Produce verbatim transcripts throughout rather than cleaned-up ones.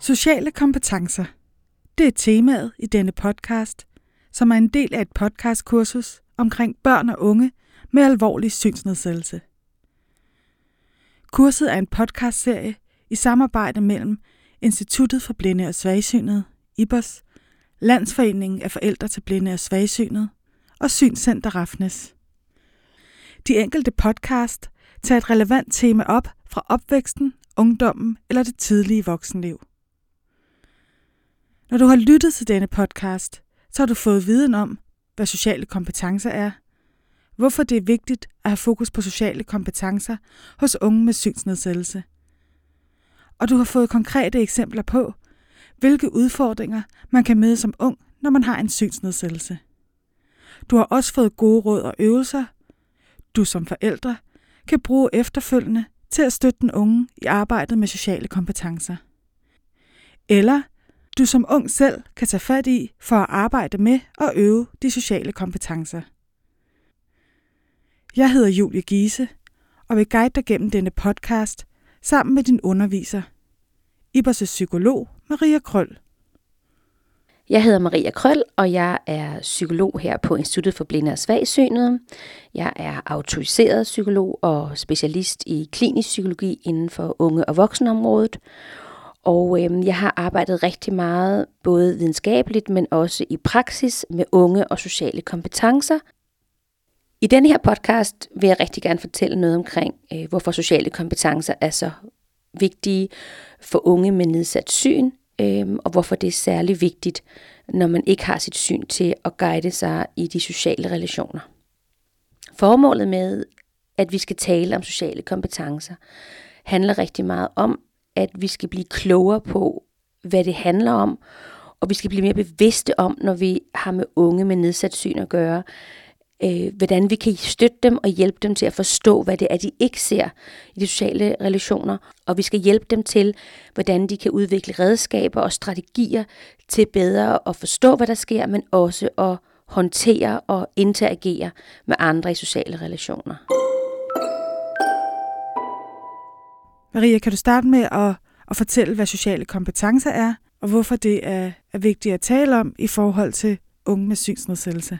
Sociale kompetencer. Det er temaet i denne podcast, som er en del af et podcastkursus omkring børn og unge med alvorlig synsnedsættelse. Kurset er en podcastserie i samarbejde mellem Instituttet for Blinde og Svagsynede, I B O S, Landsforeningen af Forældre til Blinde og Svagsynede og Synscenter Rafnes. De enkelte podcast tager et relevant tema op fra opvæksten, ungdommen eller det tidlige voksenliv. Når du har lyttet til denne podcast, så har du fået viden om, hvad sociale kompetencer er, hvorfor det er vigtigt at have fokus på sociale kompetencer hos unge med synsnedsættelse. Og du har fået konkrete eksempler på, hvilke udfordringer man kan møde som ung, når man har en synsnedsættelse. Du har også fået gode råd og øvelser, du som forældre kan bruge efterfølgende til at støtte den unge i arbejdet med sociale kompetencer. Eller du som ung selv kan tage fat i for at arbejde med og øve de sociale kompetencer. Jeg hedder Julie Giese og vil guide dig gennem denne podcast sammen med din underviser, I B O S' psykolog Maria Krøll. Jeg hedder Maria Krøll, og jeg er psykolog her på Instituttet for Blinde og Svagsynede. Jeg er autoriseret psykolog og specialist i klinisk psykologi inden for unge- og voksenområdet. Og øh, jeg har arbejdet rigtig meget, både videnskabeligt, men også i praksis med unge og sociale kompetencer. I denne her podcast vil jeg rigtig gerne fortælle noget omkring, øh, hvorfor sociale kompetencer er så vigtige for unge med nedsat syn, øh, og hvorfor det er særlig vigtigt, når man ikke har sit syn til at guide sig i de sociale relationer. Formålet med, at vi skal tale om sociale kompetencer, handler rigtig meget om, at vi skal blive klogere på, hvad det handler om, og vi skal blive mere bevidste om, når vi har med unge med nedsat syn at gøre, øh, hvordan vi kan støtte dem og hjælpe dem til at forstå, hvad det er, de ikke ser i de sociale relationer, og vi skal hjælpe dem til, hvordan de kan udvikle redskaber og strategier til bedre at forstå, hvad der sker, men også at håndtere og interagere med andre i sociale relationer. Maria, kan du starte med at, at fortælle, hvad sociale kompetencer er, og hvorfor det er, er vigtigt at tale om i forhold til unge med synsnedsættelse?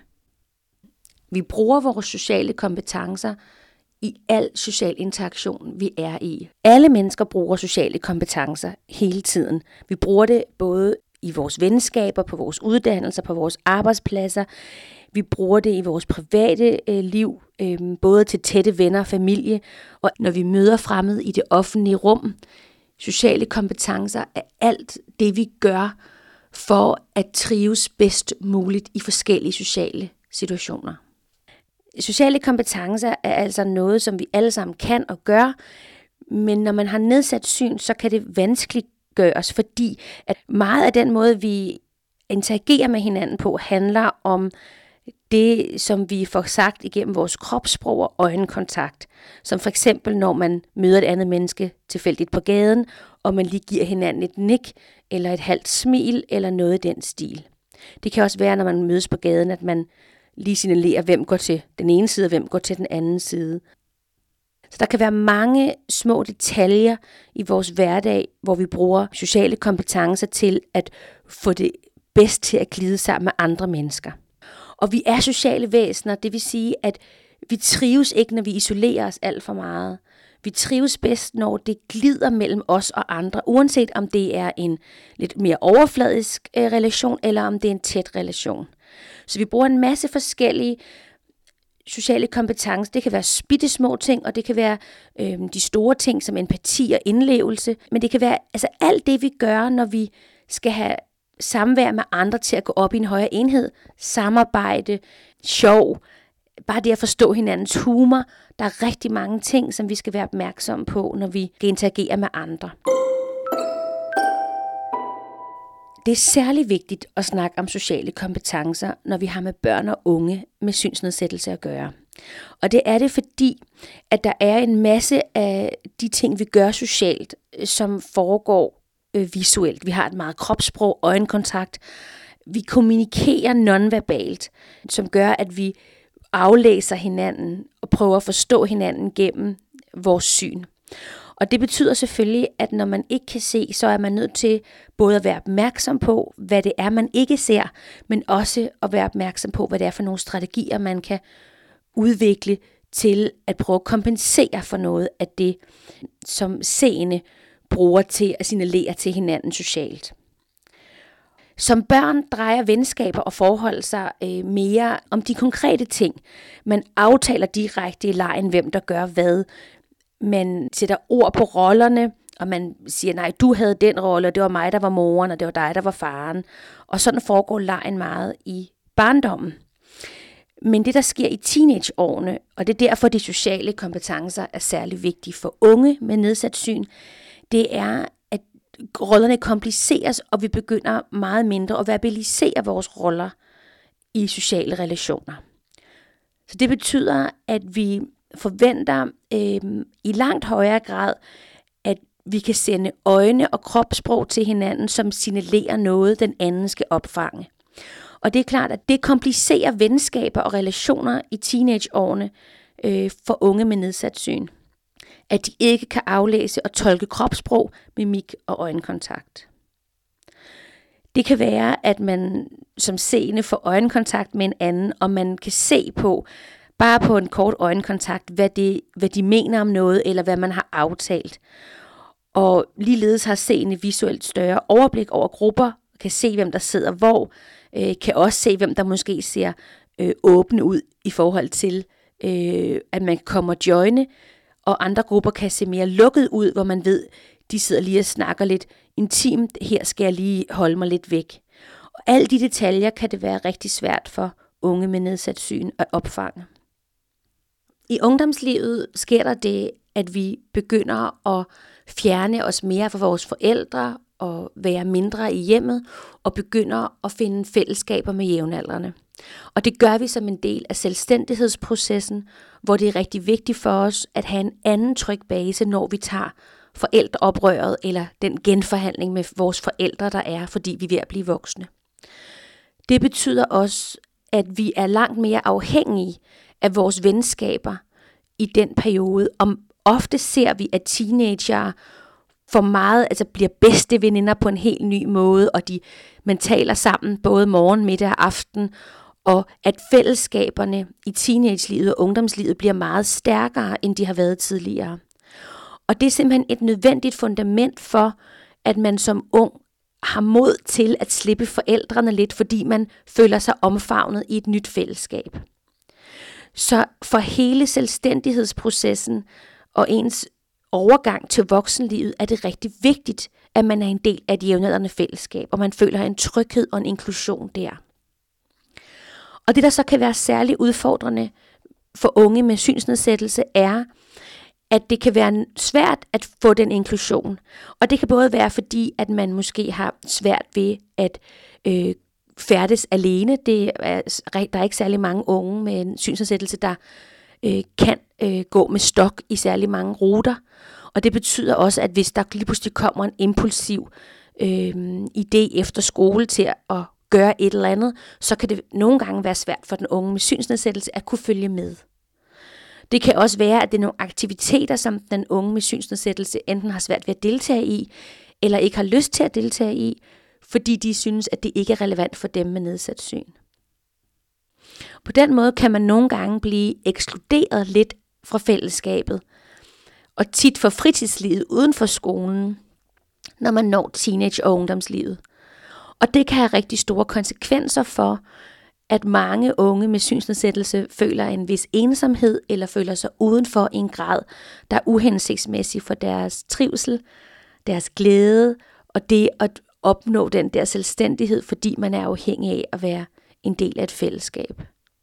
Vi bruger vores sociale kompetencer i al social interaktion, vi er i. Alle mennesker bruger sociale kompetencer hele tiden. Vi bruger det både i vores venskaber, på vores uddannelser, på vores arbejdspladser. Vi bruger det i vores private øh, liv, øh, både til tætte venner og familie, og når vi møder fremmede i det offentlige rum. Sociale kompetencer er alt det, vi gør for at trives bedst muligt i forskellige sociale situationer. Sociale kompetencer er altså noget, som vi alle sammen kan og gør, men når man har nedsat syn, så kan det vanskeligt gøres, fordi at meget af den måde, vi interagerer med hinanden på, handler om det, som vi får sagt igennem vores kropssprog og øjenkontakt. Som for eksempel, når man møder et andet menneske tilfældigt på gaden, og man lige giver hinanden et nik, eller et halvt smil, eller noget i den stil. Det kan også være, når man mødes på gaden, at man lige signalerer, hvem går til den ene side, og hvem går til den anden side. Så der kan være mange små detaljer i vores hverdag, hvor vi bruger sociale kompetencer til at få det bedst til at glide sammen med andre mennesker. Og vi er sociale væsener, det vil sige, at vi trives ikke, når vi isolerer os alt for meget. Vi trives bedst, når det glider mellem os og andre, uanset om det er en lidt mere overfladisk øh, relation, eller om det er en tæt relation. Så vi bruger en masse forskellige sociale kompetencer. Det kan være bitte små ting, og det kan være øh, de store ting som empati og indlevelse. Men det kan være altså alt det, vi gør, når vi skal have samvær med andre til at gå op i en højere enhed. Samarbejde, sjov, bare det at forstå hinandens humor. Der er rigtig mange ting, som vi skal være opmærksomme på, når vi skal interagere med andre. Det er særlig vigtigt at snakke om sociale kompetencer, når vi har med børn og unge med synsnedsættelse at gøre. Og det er det, fordi at der er en masse af de ting, vi gør socialt, som foregår øh, visuelt. Vi har et meget kropssprog, øjenkontakt. Vi kommunikerer nonverbalt, som gør, at vi aflæser hinanden og prøver at forstå hinanden gennem vores syn. Og det betyder selvfølgelig, at når man ikke kan se, så er man nødt til både at være opmærksom på, hvad det er, man ikke ser, men også at være opmærksom på, hvad det er for nogle strategier, man kan udvikle til at prøve at kompensere for noget af det, som seende bruger til at signalere til hinanden socialt. Som børn drejer venskaber og forhold sig øh, mere om de konkrete ting. Man aftaler direkte i legen, hvem der gør hvad. Man sætter ord på rollerne, og man siger, nej, du havde den rolle, og det var mig, der var moren, og det var dig, der var faren. Og sådan foregår legen meget i barndommen. Men det, der sker i teenageårene, og det er derfor, de sociale kompetencer er særlig vigtige for unge med nedsat syn, det er, at rollerne kompliceres, og vi begynder meget mindre at verbalisere vores roller i sociale relationer. Så det betyder, at vi forventer øh, i langt højere grad, at vi kan sende øjne og kropssprog til hinanden, som signalerer noget, den anden skal opfange. Og det er klart, at det komplicerer venskaber og relationer i teenageårene øh, for unge med nedsat syn. At de ikke kan aflæse og tolke kropssprog, mimik og øjenkontakt. Det kan være, at man som seende får øjenkontakt med en anden, og man kan se på, bare på en kort øjenkontakt, hvad, det, hvad de mener om noget, eller hvad man har aftalt. Og ligeledes har seende visuelt større overblik over grupper, kan se, hvem der sidder hvor, øh, kan også se, hvem der måske ser øh, åbne ud i forhold til, øh, at man kommer joine, og andre grupper kan se mere lukket ud, hvor man ved, de sidder lige og snakker lidt intimt, her skal jeg lige holde mig lidt væk. Og alle de detaljer kan det være rigtig svært for unge med nedsat syn at opfange. I ungdomslivet sker der det, at vi begynder at fjerne os mere fra vores forældre og være mindre i hjemmet og begynder at finde fællesskaber med jævnaldrende. Og det gør vi som en del af selvstændighedsprocessen, hvor det er rigtig vigtigt for os at have en anden tryg base, når vi tager forældreoprøret eller den genforhandling med vores forældre, der er, fordi vi er ved at blive voksne. Det betyder også, at vi er langt mere afhængige af vores venskaber i den periode. Om ofte ser vi, at teenagere for meget, altså bliver bedste veninder på en helt ny måde, og de man taler sammen både morgen, middag og aften, og at fællesskaberne i teenagelivet og ungdomslivet bliver meget stærkere, end de har været tidligere. Og det er simpelthen et nødvendigt fundament for, at man som ung har mod til at slippe forældrene lidt, fordi man føler sig omfavnet i et nyt fællesskab. Så for hele selvstændighedsprocessen og ens overgang til voksenlivet er det rigtig vigtigt, at man er en del af et jævnaldrende fællesskab, og man føler en tryghed og en inklusion der. Og det, der så kan være særligt udfordrende for unge med synsnedsættelse, er, at det kan være svært at få den inklusion. Og det kan både være fordi, at man måske har svært ved at øh, færdes alene. Det er, der er ikke særlig mange unge med en synsnedsættelse, der øh, kan øh, gå med stok i særlig mange ruter. Og det betyder også, at hvis der lige pludselig kommer en impulsiv øh, idé efter skole til at gøre et eller andet, så kan det nogle gange være svært for den unge med synsnedsættelse at kunne følge med. Det kan også være, at det er nogle aktiviteter, som den unge med synsnedsættelse enten har svært ved at deltage i, eller ikke har lyst til at deltage i, fordi de synes, at det ikke er relevant for dem med nedsat syn. På den måde kan man nogle gange blive ekskluderet lidt fra fællesskabet, og tit for fritidslivet uden for skolen, når man når teenage- og ungdomslivet. Og det kan have rigtig store konsekvenser for, at mange unge med synsnedsættelse føler en vis ensomhed eller føler sig udenfor i en grad, der er uhensigtsmæssig for deres trivsel, deres glæde og det at opnå den der selvstændighed, fordi man er afhængig af at være en del af et fællesskab.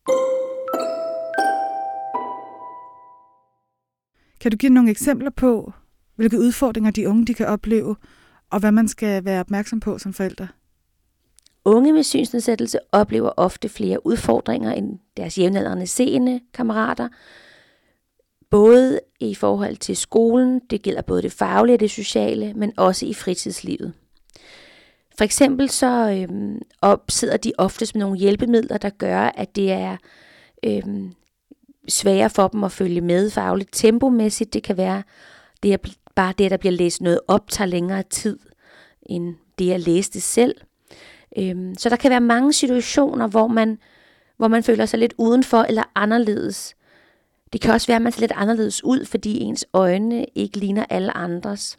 Kan du give nogle eksempler på, hvilke udfordringer de unge de kan opleve, og hvad man skal være opmærksom på som forældre? Unge med synsnedsættelse oplever ofte flere udfordringer end deres jævnaldrende seende kammerater. Både i forhold til skolen, det gælder både det faglige og det sociale, men også i fritidslivet. For eksempel så øhm, opsidder de oftest med nogle hjælpemidler, der gør, at det er øhm, sværere for dem at følge med fagligt tempomæssigt. Det kan være det at bare det, der bliver læst noget op, tager længere tid, end det, jeg læste selv. Øhm, så der kan være mange situationer, hvor man, hvor man føler sig lidt udenfor eller anderledes. Det kan også være, at man ser lidt anderledes ud, fordi ens øjne ikke ligner alle andres.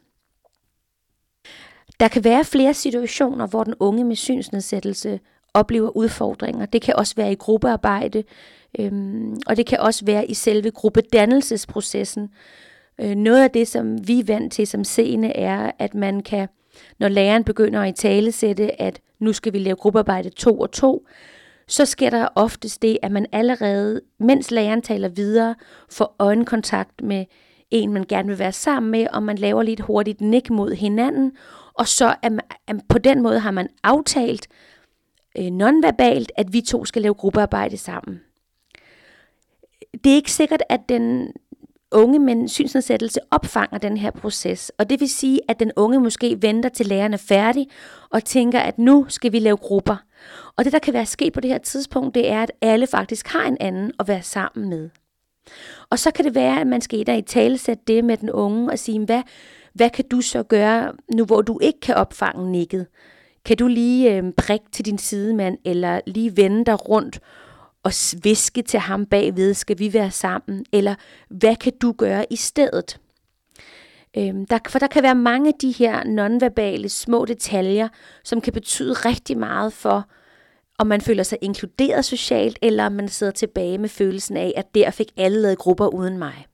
Der kan være flere situationer, hvor den unge med synsnedsættelse oplever udfordringer. Det kan også være i gruppearbejde, øhm, og det kan også være i selve gruppedannelsesprocessen. Øh, noget af det, som vi er vant til som seende, er, at man kan, når læreren begynder at italesætte, at nu skal vi lave gruppearbejde to og to, så sker der oftest det, at man allerede, mens læreren taler videre, får øjenkontakt med en, man gerne vil være sammen med, og man laver lidt hurtigt nik mod hinanden, og så er man, er, på den måde har man aftalt øh, nonverbalt, at vi to skal lave gruppearbejde sammen. Det er ikke sikkert, at den unge med en synsnedsættelse opfanger den her proces, og det vil sige, at den unge måske venter til læreren er færdig, og tænker, at nu skal vi lave grupper. Og det, der kan være sket på det her tidspunkt, det er, at alle faktisk har en anden at være sammen med. Og så kan det være, at man skal i talesætte det med den unge og sige, hvad, hvad kan du så gøre, nu hvor du ikke kan opfange nikket? Kan du lige øh, prikke til din sidemand, eller lige vende dig rundt og viske til ham bagved, skal vi være sammen? Eller hvad kan du gøre i stedet? Øhm, der, for der kan være mange af de her nonverbale små detaljer, som kan betyde rigtig meget for, om man føler sig inkluderet socialt, eller om man sidder tilbage med følelsen af, at der fik alle lavet grupper uden mig.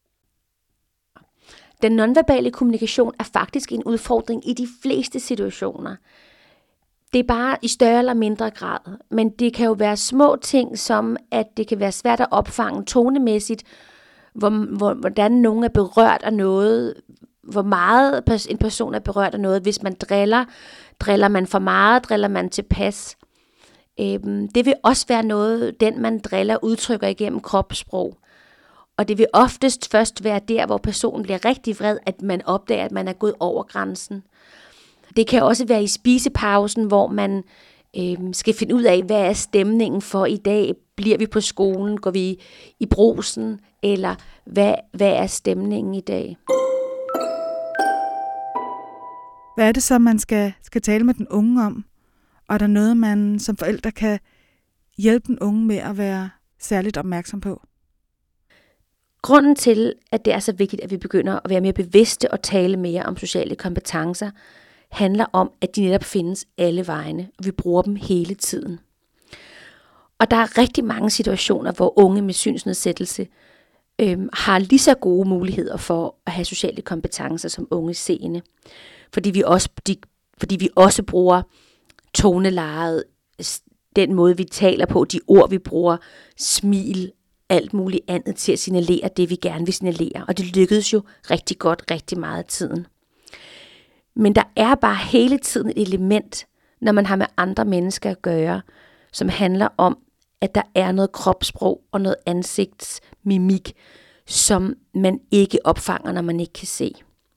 Den nonverbale kommunikation er faktisk en udfordring i de fleste situationer. Det er bare i større eller mindre grad, men det kan jo være små ting, som at det kan være svært at opfange tonemæssigt, hvor, hvor, hvordan nogen er berørt af noget, hvor meget en person er berørt af noget. Hvis man driller, driller man for meget, driller man tilpas. Øhm, det vil også være noget, den man driller udtrykker igennem kropssprog. Og det vil oftest først være der, hvor personen bliver rigtig vred, at man opdager, at man er gået over grænsen. Det kan også være i spisepausen, hvor man øh, skal finde ud af, hvad er stemningen for i dag? Bliver vi på skolen? Går vi i Brugsen? Eller hvad, hvad er stemningen i dag? Hvad er det så, man skal, skal tale med den unge om? Og er der noget, man som forældre kan hjælpe den unge med at være særligt opmærksom på? Grunden til, at det er så vigtigt, at vi begynder at være mere bevidste og tale mere om sociale kompetencer, handler om, at de netop findes alle vegne, og vi bruger dem hele tiden. Og der er rigtig mange situationer, hvor unge med synsnedsættelse øhm, har lige så gode muligheder for at have sociale kompetencer som unge seende. Fordi vi også, de, fordi vi også bruger tonelejet, den måde vi taler på, de ord vi bruger, smil, alt muligt andet til at signalere det, vi gerne vil signalere. Og det lykkedes jo rigtig godt, rigtig meget af tiden. Men der er bare hele tiden et element, når man har med andre mennesker at gøre, som handler om, at der er noget kropssprog og noget ansigtsmimik, som man ikke opfanger, når man ikke kan se.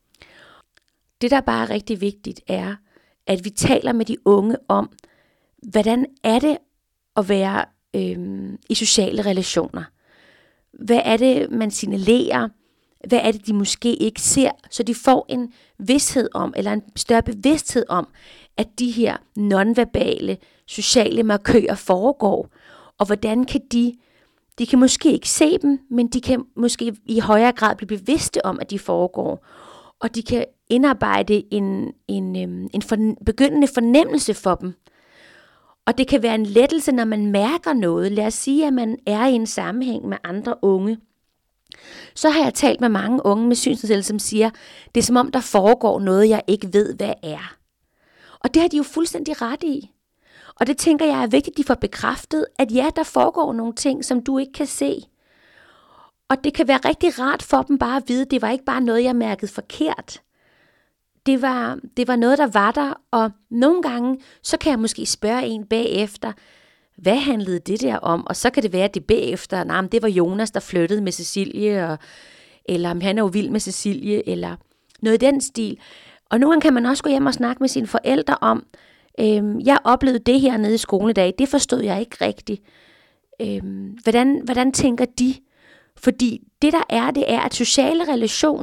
Det, der bare er rigtig vigtigt, er, at vi taler med de unge om, hvordan er det at være øhm, i sociale relationer? Hvad er det, man signalerer? Hvad er det, de måske ikke ser? Så de får en vished om, eller en større bevidsthed om, at de her nonverbale sociale markører foregår. Og hvordan kan de, de kan måske ikke se dem, men de kan måske i højere grad blive bevidste om, at de foregår. Og de kan indarbejde en, en, en for, begyndende fornemmelse for dem. Og det kan være en lettelse, når man mærker noget. Lad os sige, at man er i en sammenhæng med andre unge. Så har jeg talt med mange unge med synsnedsættelse, som siger, det er som om, der foregår noget, jeg ikke ved, hvad er. Og det har de jo fuldstændig ret i. Og det tænker jeg er vigtigt, at de får bekræftet, at ja, der foregår nogle ting, som du ikke kan se. Og det kan være rigtig rart for dem bare at vide, at det var ikke bare noget, jeg mærkede forkert. Det var, det var noget, der var der, og nogle gange, så kan jeg måske spørge en bagefter, hvad handlede det der om? Og så kan det være, at det bagefter, nej, det var Jonas, der flyttede med Cecilie, og, eller om han er jo vild med Cecilie, eller noget i den stil. Og nogle gange kan man også gå hjem og snakke med sine forældre om, øhm, jeg oplevede det her nede i skolen i dag, det forstod jeg ikke rigtigt. Øhm, hvordan, hvordan tænker de? Fordi det der er, det er, at sociale relationer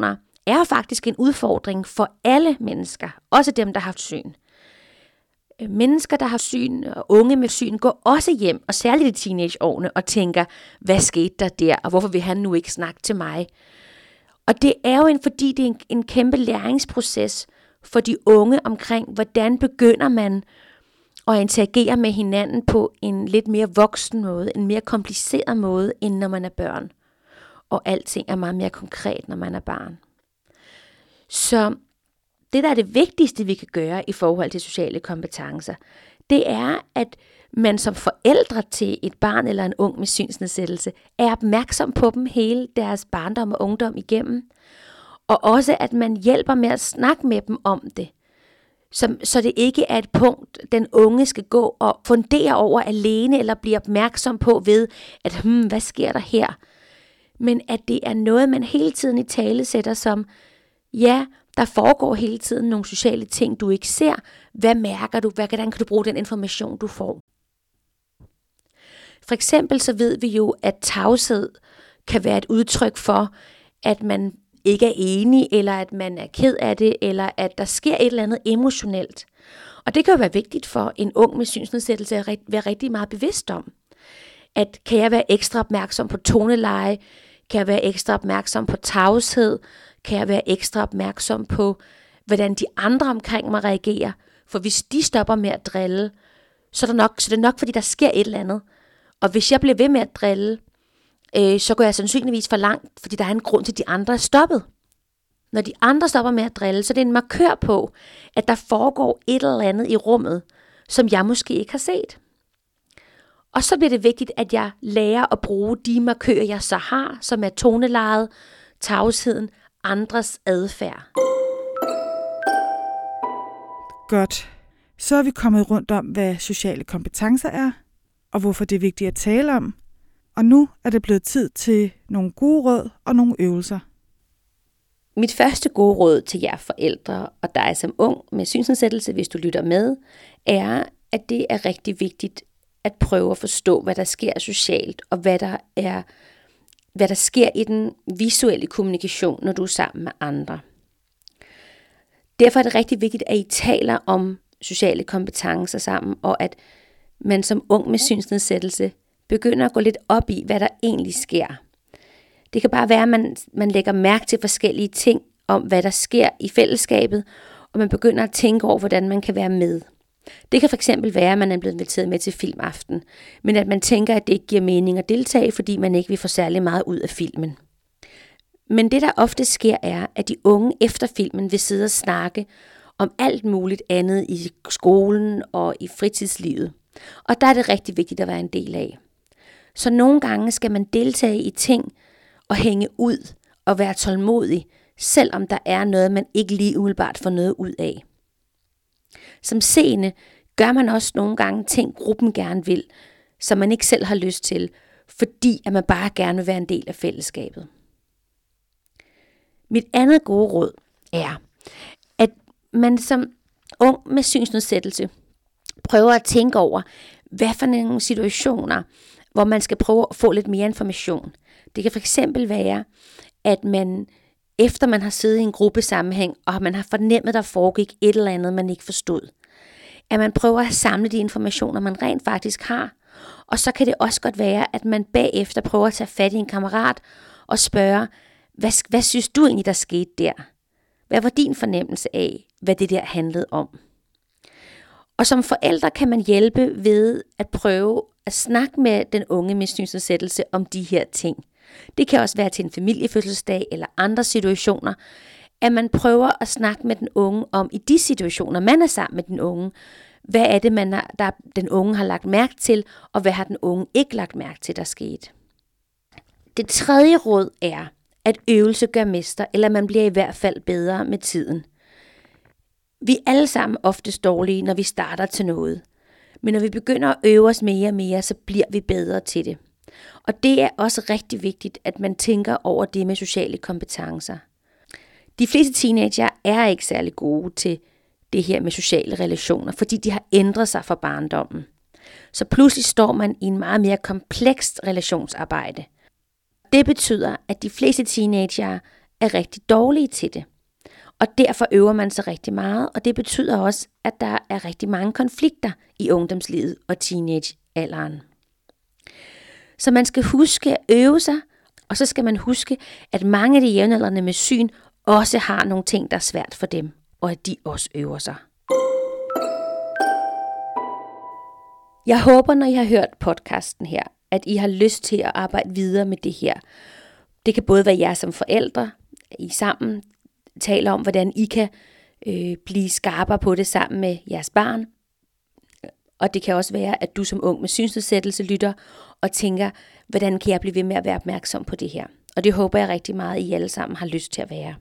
er faktisk en udfordring for alle mennesker, også dem, der har haft syn. Mennesker, der har syn, og unge med syn, går også hjem, og særligt i teenageårene, og tænker, hvad skete der der, og hvorfor vil han nu ikke snakke til mig? Og det er jo en, fordi det er en, en kæmpe læringsproces for de unge omkring, hvordan begynder man at interagere med hinanden på en lidt mere voksen måde, en mere kompliceret måde, end når man er børn. Og alting er meget mere konkret, når man er barn. Så det, der er det vigtigste, vi kan gøre i forhold til sociale kompetencer, det er, at man som forældre til et barn eller en ung med synsnedsættelse er opmærksom på dem hele deres barndom og ungdom igennem. Og også, at man hjælper med at snakke med dem om det. Så, så det ikke er et punkt, den unge skal gå og fundere over alene, eller blive opmærksom på ved, at hmm, hvad sker der her? Men at det er noget, man hele tiden i tale sætter som, ja, der foregår hele tiden nogle sociale ting, du ikke ser. Hvad mærker du? Hvordan kan du bruge den information, du får? For eksempel så ved vi jo, at tavshed kan være et udtryk for, at man ikke er enig, eller at man er ked af det, eller at der sker et eller andet emotionelt. Og det kan jo være vigtigt for en ung med synsnedsættelse at være rigtig meget bevidst om. At kan jeg være ekstra opmærksom på toneleje? Kan jeg være ekstra opmærksom på tavshed? Kan jeg være ekstra opmærksom på, hvordan de andre omkring mig reagerer? For hvis de stopper med at drille, så er det nok, så det er nok fordi der sker et eller andet. Og hvis jeg bliver ved med at drille, øh, så går jeg sandsynligvis for langt, fordi der er en grund til, at de andre er stoppet. Når de andre stopper med at drille, så er det en markør på, at der foregår et eller andet i rummet, som jeg måske ikke har set. Og så bliver det vigtigt, at jeg lærer at bruge de markører, jeg så har, som er tonelejet, tavsheden, andres adfærd. Godt. Så er vi kommet rundt om, hvad sociale kompetencer er, og hvorfor det er vigtigt at tale om. Og nu er det blevet tid til nogle gode råd og nogle øvelser. Mit første gode råd til jer forældre og dig som ung med synsnedsættelse, hvis du lytter med, er, at det er rigtig vigtigt at prøve at forstå, hvad der sker socialt, og hvad der er, hvad der sker i den visuelle kommunikation, når du er sammen med andre. Derfor er det rigtig vigtigt, at I taler om sociale kompetencer sammen, og at man som ung med synsnedsættelse begynder at gå lidt op i, hvad der egentlig sker. Det kan bare være, at man, man lægger mærke til forskellige ting om, hvad der sker i fællesskabet, og man begynder at tænke over, hvordan man kan være med. Det kan fx være, at man er blevet inviteret med til filmaften, men at man tænker, at det ikke giver mening at deltage, fordi man ikke vil få særlig meget ud af filmen. Men det, der ofte sker, er, at de unge efter filmen vil sidde og snakke om alt muligt andet i skolen og i fritidslivet. Og der er det rigtig vigtigt at være en del af. Så nogle gange skal man deltage i ting og hænge ud og være tålmodig, selvom der er noget, man ikke lige umiddelbart får noget ud af. Som seende gør man også nogle gange ting, gruppen gerne vil, som man ikke selv har lyst til, fordi at man bare gerne vil være en del af fællesskabet. Mit andet gode råd er, at man som ung med synsnedsættelse prøver at tænke over, hvad for nogle situationer, hvor man skal prøve at få lidt mere information. Det kan fx være, at man efter man har siddet i en gruppesammenhæng, og man har fornemmet, der foregik et eller andet, man ikke forstod, at man prøver at samle de informationer, man rent faktisk har. Og så kan det også godt være, at man bagefter prøver at tage fat i en kammerat og spørge, hvad, hvad synes du egentlig, der skete der? Hvad var din fornemmelse af, hvad det der handlede om? Og som forældre kan man hjælpe ved at prøve at snakke med den unge med synsnedsættelse om de her ting. Det kan også være til en familiefødselsdag eller andre situationer, at man prøver at snakke med den unge om i de situationer, man er sammen med den unge. Hvad er det, man har, der den unge har lagt mærke til, og hvad har den unge ikke lagt mærke til, der skete? Det tredje råd er, at øvelse gør mester, eller man bliver i hvert fald bedre med tiden. Vi er alle sammen oftest dårlige, når vi starter til noget. Men når vi begynder at øve os mere og mere, så bliver vi bedre til det. Og det er også rigtig vigtigt, at man tænker over det med sociale kompetencer. De fleste teenager er ikke særlig gode til det her med sociale relationer, fordi de har ændret sig fra barndommen. Så pludselig står man i en meget mere komplekst relationsarbejde. Det betyder, at de fleste teenager er rigtig dårlige til det. Og derfor øver man sig rigtig meget, og det betyder også, at der er rigtig mange konflikter i ungdomslivet og teenagealderen. Så man skal huske at øve sig, og så skal man huske, at mange af de jævnaldrende med syn også har nogle ting, der er svært for dem, og at de også øver sig. Jeg håber, når I har hørt podcasten her, at I har lyst til at arbejde videre med det her. Det kan både være jer som forældre, I sammen taler om, hvordan I kan øh, blive skarpere på det sammen med jeres barn. Og det kan også være, at du som ung med synsnedsættelse lytter og tænker, hvordan kan jeg blive ved med at være opmærksom på det her? Og det håber jeg rigtig meget, at I alle sammen har lyst til at være.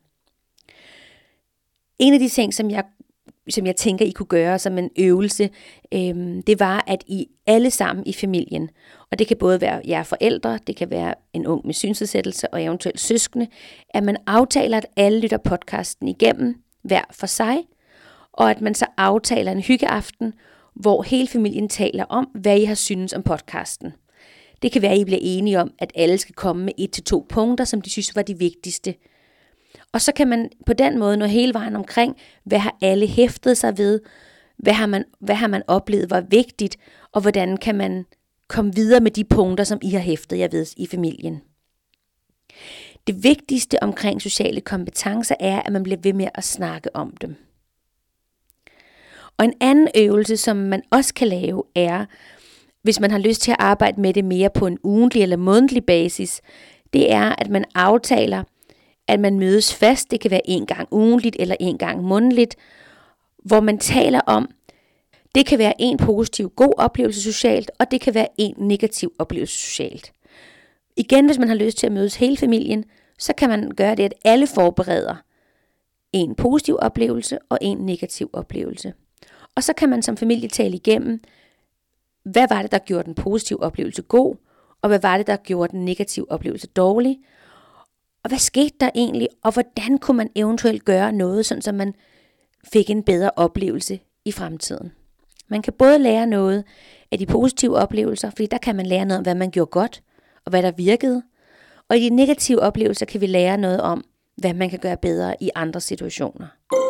En af de ting, som jeg, som jeg tænker, I kunne gøre som en øvelse, øhm, det var, at I alle sammen i familien, og det kan både være jer forældre, det kan være en ung med synsnedsættelse og eventuelt søskende, at man aftaler, at alle lytter podcasten igennem, hver for sig, og at man så aftaler en hyggeaften, hvor hele familien taler om, hvad I har synes om podcasten. Det kan være, at I bliver enige om, at alle skal komme med et til to punkter, som de synes var de vigtigste. Og så kan man på den måde nå hele vejen omkring, hvad har alle hæftet sig ved, hvad har man, hvad har man oplevet var vigtigt, og hvordan kan man komme videre med de punkter, som I har hæftet jer ved i familien. Det vigtigste omkring sociale kompetencer er, at man bliver ved med at snakke om dem. Og en anden øvelse, som man også kan lave, er, hvis man har lyst til at arbejde med det mere på en ugentlig eller månedlig basis, det er, at man aftaler, at man mødes fast, det kan være en gang ugentligt eller en gang månedligt, hvor man taler om, det kan være en positiv, god oplevelse socialt, og det kan være en negativ oplevelse socialt. Igen, hvis man har lyst til at mødes hele familien, så kan man gøre det, at alle forbereder en positiv oplevelse og en negativ oplevelse. Og så kan man som familie tale igennem, hvad var det, der gjorde den positive oplevelse god, og hvad var det, der gjorde den negative oplevelse dårlig, og hvad skete der egentlig, og hvordan kunne man eventuelt gøre noget, sådan så man fik en bedre oplevelse i fremtiden. Man kan både lære noget af de positive oplevelser, fordi der kan man lære noget om, hvad man gjorde godt, og hvad der virkede, og i de negative oplevelser kan vi lære noget om, hvad man kan gøre bedre i andre situationer.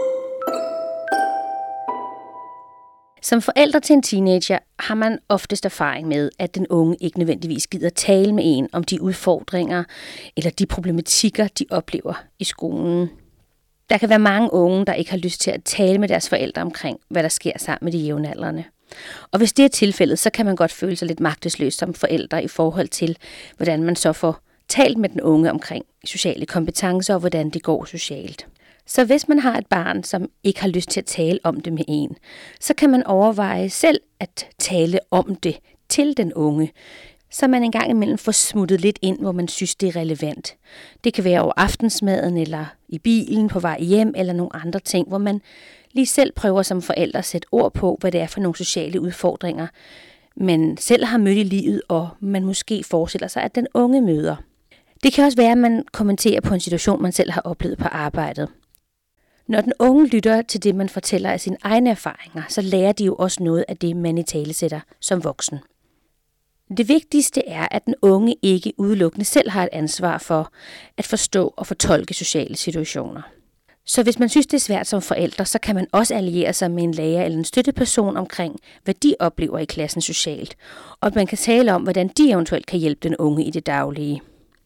Som forældre til en teenager har man oftest erfaring med, at den unge ikke nødvendigvis gider tale med en om de udfordringer eller de problematikker, de oplever i skolen. Der kan være mange unge, der ikke har lyst til at tale med deres forældre omkring, hvad der sker sammen med de jævnaldrende. Og hvis det er tilfældet, så kan man godt føle sig lidt magtesløs som forældre i forhold til, hvordan man så får talt med den unge omkring sociale kompetencer og hvordan det går socialt. Så hvis man har et barn, som ikke har lyst til at tale om det med en, så kan man overveje selv at tale om det til den unge, så man en gang imellem får smuttet lidt ind, hvor man synes, det er relevant. Det kan være over aftensmaden, eller i bilen på vej hjem, eller nogle andre ting, hvor man lige selv prøver som forældre at sætte ord på, hvad det er for nogle sociale udfordringer, man selv har mødt i livet, og man måske forestiller sig, at den unge møder. Det kan også være, at man kommenterer på en situation, man selv har oplevet på arbejdet. Når den unge lytter til det, man fortæller af sine egne erfaringer, så lærer de jo også noget af det, man italesætter som voksen. Det vigtigste er, at den unge ikke udelukkende selv har et ansvar for at forstå og fortolke sociale situationer. Så hvis man synes, det er svært som forældre, så kan man også alliere sig med en lærer eller en støtteperson omkring, hvad de oplever i klassen socialt, og at man kan tale om, hvordan de eventuelt kan hjælpe den unge i det daglige.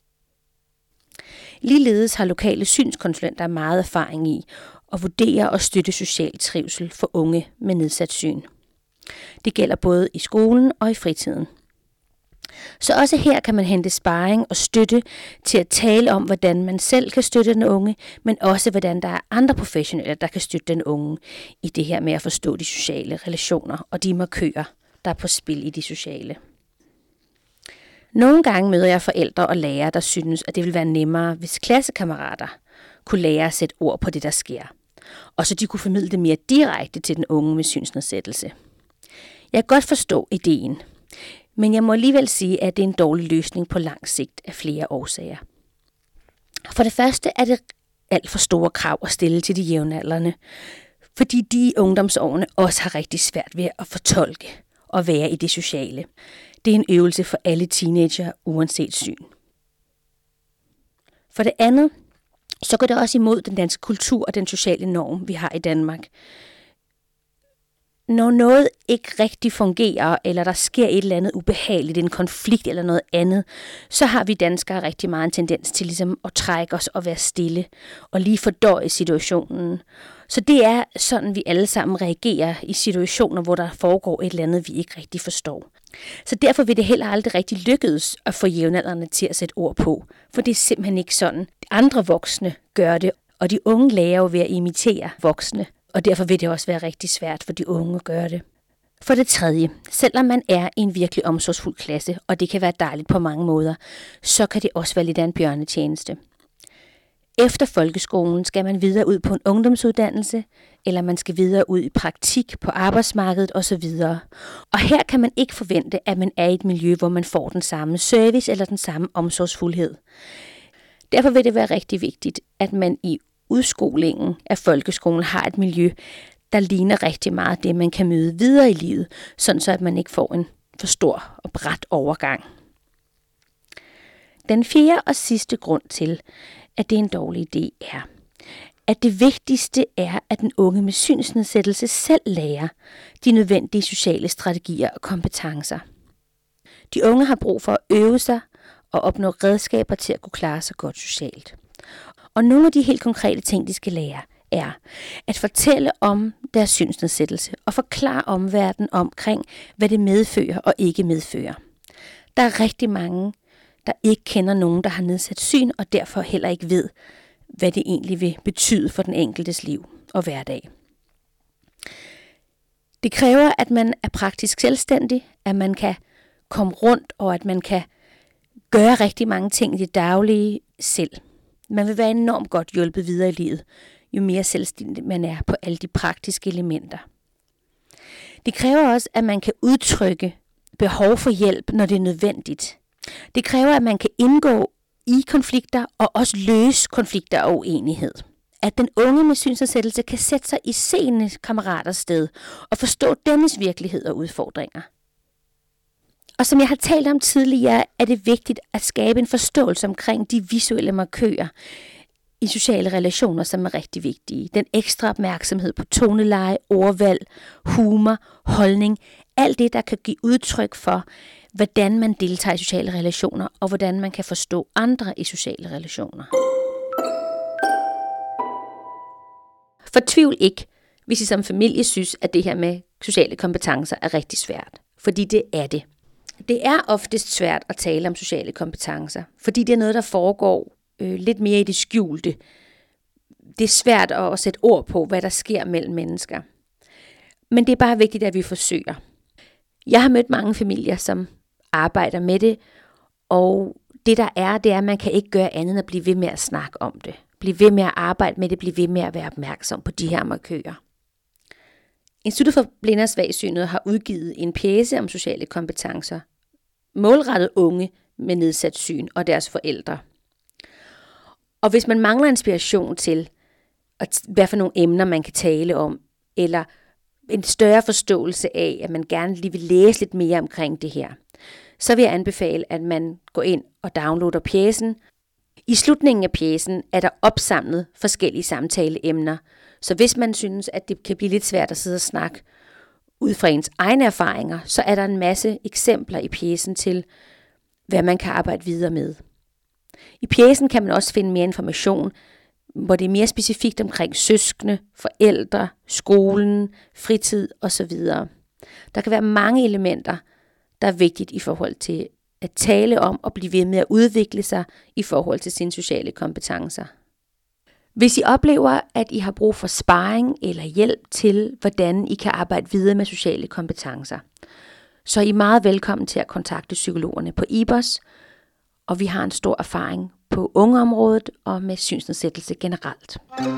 Ligeledes har lokale synskonsulenter meget erfaring i at vurdere og støtte social trivsel for unge med nedsat syn. Det gælder både i skolen og i fritiden. Så også her kan man hente sparring og støtte til at tale om, hvordan man selv kan støtte den unge, men også hvordan der er andre professionelle, der kan støtte den unge i det her med at forstå de sociale relationer og de markører, der er på spil i de sociale. Nogle gange møder jeg forældre og lærere, der synes, at det vil være nemmere, hvis klassekammerater kunne lære at sætte ord på det, der sker, og så de kunne formidle det mere direkte til den unge med synsnedsættelse. Jeg kan godt forstå ideen, men jeg må alligevel sige, at det er en dårlig løsning på lang sigt af flere årsager. For det første er det alt for store krav at stille til de jævnaldrende, fordi de i ungdomsårene også har rigtig svært ved at fortolke og være i det sociale. Det er en øvelse for alle teenager uanset syn. For det andet, så går det også imod den danske kultur og den sociale norm, vi har i Danmark. Når noget ikke rigtig fungerer, eller der sker et eller andet ubehageligt, en konflikt eller noget andet, så har vi danskere rigtig meget en tendens til ligesom at trække os og være stille, og lige fordøje situationen. Så det er sådan, vi alle sammen reagerer i situationer, hvor der foregår et eller andet, vi ikke rigtig forstår. Så derfor vil det heller aldrig rigtig lykkedes at få jævnaldrende til at sætte ord på, for det er simpelthen ikke sådan. Andre voksne gør det, og de unge lærer jo ved at imitere voksne, og derfor vil det også være rigtig svært for de unge at gøre det. For det tredje, selvom man er i en virkelig omsorgsfuld klasse, og det kan være dejligt på mange måder, så kan det også være lidt af en bjørnetjeneste. Efter folkeskolen skal man videre ud på en ungdomsuddannelse, eller man skal videre ud i praktik på arbejdsmarkedet osv. Og her kan man ikke forvente, at man er i et miljø, hvor man får den samme service eller den samme omsorgsfuldhed. Derfor vil det være rigtig vigtigt, at man i udskolingen af folkeskolen har et miljø, der ligner rigtig meget det, man kan møde videre i livet, sådan så at man ikke får en for stor og brat overgang. Den fjerde og sidste grund til, at det er en dårlig idé, er, at det vigtigste er, at den unge med synsnedsættelse selv lærer de nødvendige sociale strategier og kompetencer. De unge har brug for at øve sig og opnå redskaber til at kunne klare sig godt socialt. Og nogle af de helt konkrete ting, de skal lære, er at fortælle om deres synsnedsættelse og forklare omverdenen omkring, hvad det medfører og ikke medfører. Der er rigtig mange, der ikke kender nogen, der har nedsat syn, og derfor heller ikke ved, hvad det egentlig vil betyde for den enkeltes liv og hverdag. Det kræver, at man er praktisk selvstændig, at man kan komme rundt, og at man kan gøre rigtig mange ting i det daglige selv. Man vil være enormt godt hjulpet videre i livet, jo mere selvstændig man er på alle de praktiske elementer. Det kræver også, at man kan udtrykke behov for hjælp, når det er nødvendigt. Det kræver, at man kan indgå i konflikter og også løse konflikter og uenighed. At den unge med synsnedsættelse kan sætte sig i seende kammeraters sted og forstå dennes virkelighed og udfordringer. Og som jeg har talt om tidligere, er det vigtigt at skabe en forståelse omkring de visuelle markører i sociale relationer, som er rigtig vigtige. Den ekstra opmærksomhed på toneleje, ordvalg, humor, holdning, alt det, der kan give udtryk for, hvordan man deltager i sociale relationer, og hvordan man kan forstå andre i sociale relationer. Fortvivl ikke, hvis I som familie synes, at det her med sociale kompetencer er rigtig svært. Fordi det er det. Det er oftest svært at tale om sociale kompetencer, fordi det er noget, der foregår øh, lidt mere i det skjulte. Det er svært at sætte ord på, hvad der sker mellem mennesker. Men det er bare vigtigt, at vi forsøger. Jeg har mødt mange familier, som arbejder med det, og det der er, det er, at man kan ikke gøre andet end at blive ved med at snakke om det. Blive ved med at arbejde med det, blive ved med at være opmærksom på de her markører. Instituttet for Blinde og Svagsynede har udgivet en pjece om sociale kompetencer, målrettet unge med nedsat syn og deres forældre. Og hvis man mangler inspiration til, at, hvad for nogle emner man kan tale om, eller en større forståelse af, at man gerne lige vil læse lidt mere omkring det her, så vil jeg anbefale, at man går ind og downloader pjecen. I slutningen af pjecen er der opsamlet forskellige samtaleemner, så hvis man synes, at det kan blive lidt svært at sidde og snakke ud fra ens egne erfaringer, så er der en masse eksempler i pjecen til, hvad man kan arbejde videre med. I pjecen kan man også finde mere information, hvor det er mere specifikt omkring søskende, forældre, skolen, fritid osv. Der kan være mange elementer, der er vigtigt i forhold til at tale om og blive ved med at udvikle sig i forhold til sine sociale kompetencer. Hvis I oplever, at I har brug for sparring eller hjælp til, hvordan I kan arbejde videre med sociale kompetencer, så er I meget velkommen til at kontakte psykologerne på I B O S, og vi har en stor erfaring på ungeområdet og med synsnedsættelse generelt.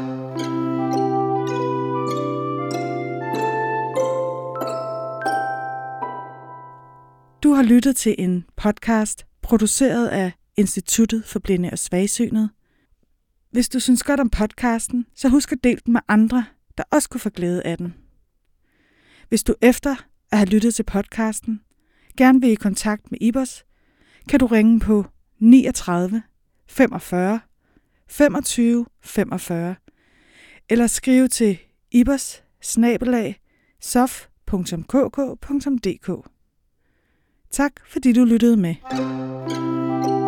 Du har lyttet til en podcast produceret af Instituttet for Blinde og Svagsynede. Hvis du synes godt om podcasten, så husk at dele den med andre, der også kunne få glæde af den. Hvis du efter at have lyttet til podcasten gerne vil i kontakt med I B O S, kan du ringe på niogtredive femogfyrre femogtyve femogfyrre eller skriv til ibers bindestreg sof punktum k k punktum d k. Tak fordi du lyttede med.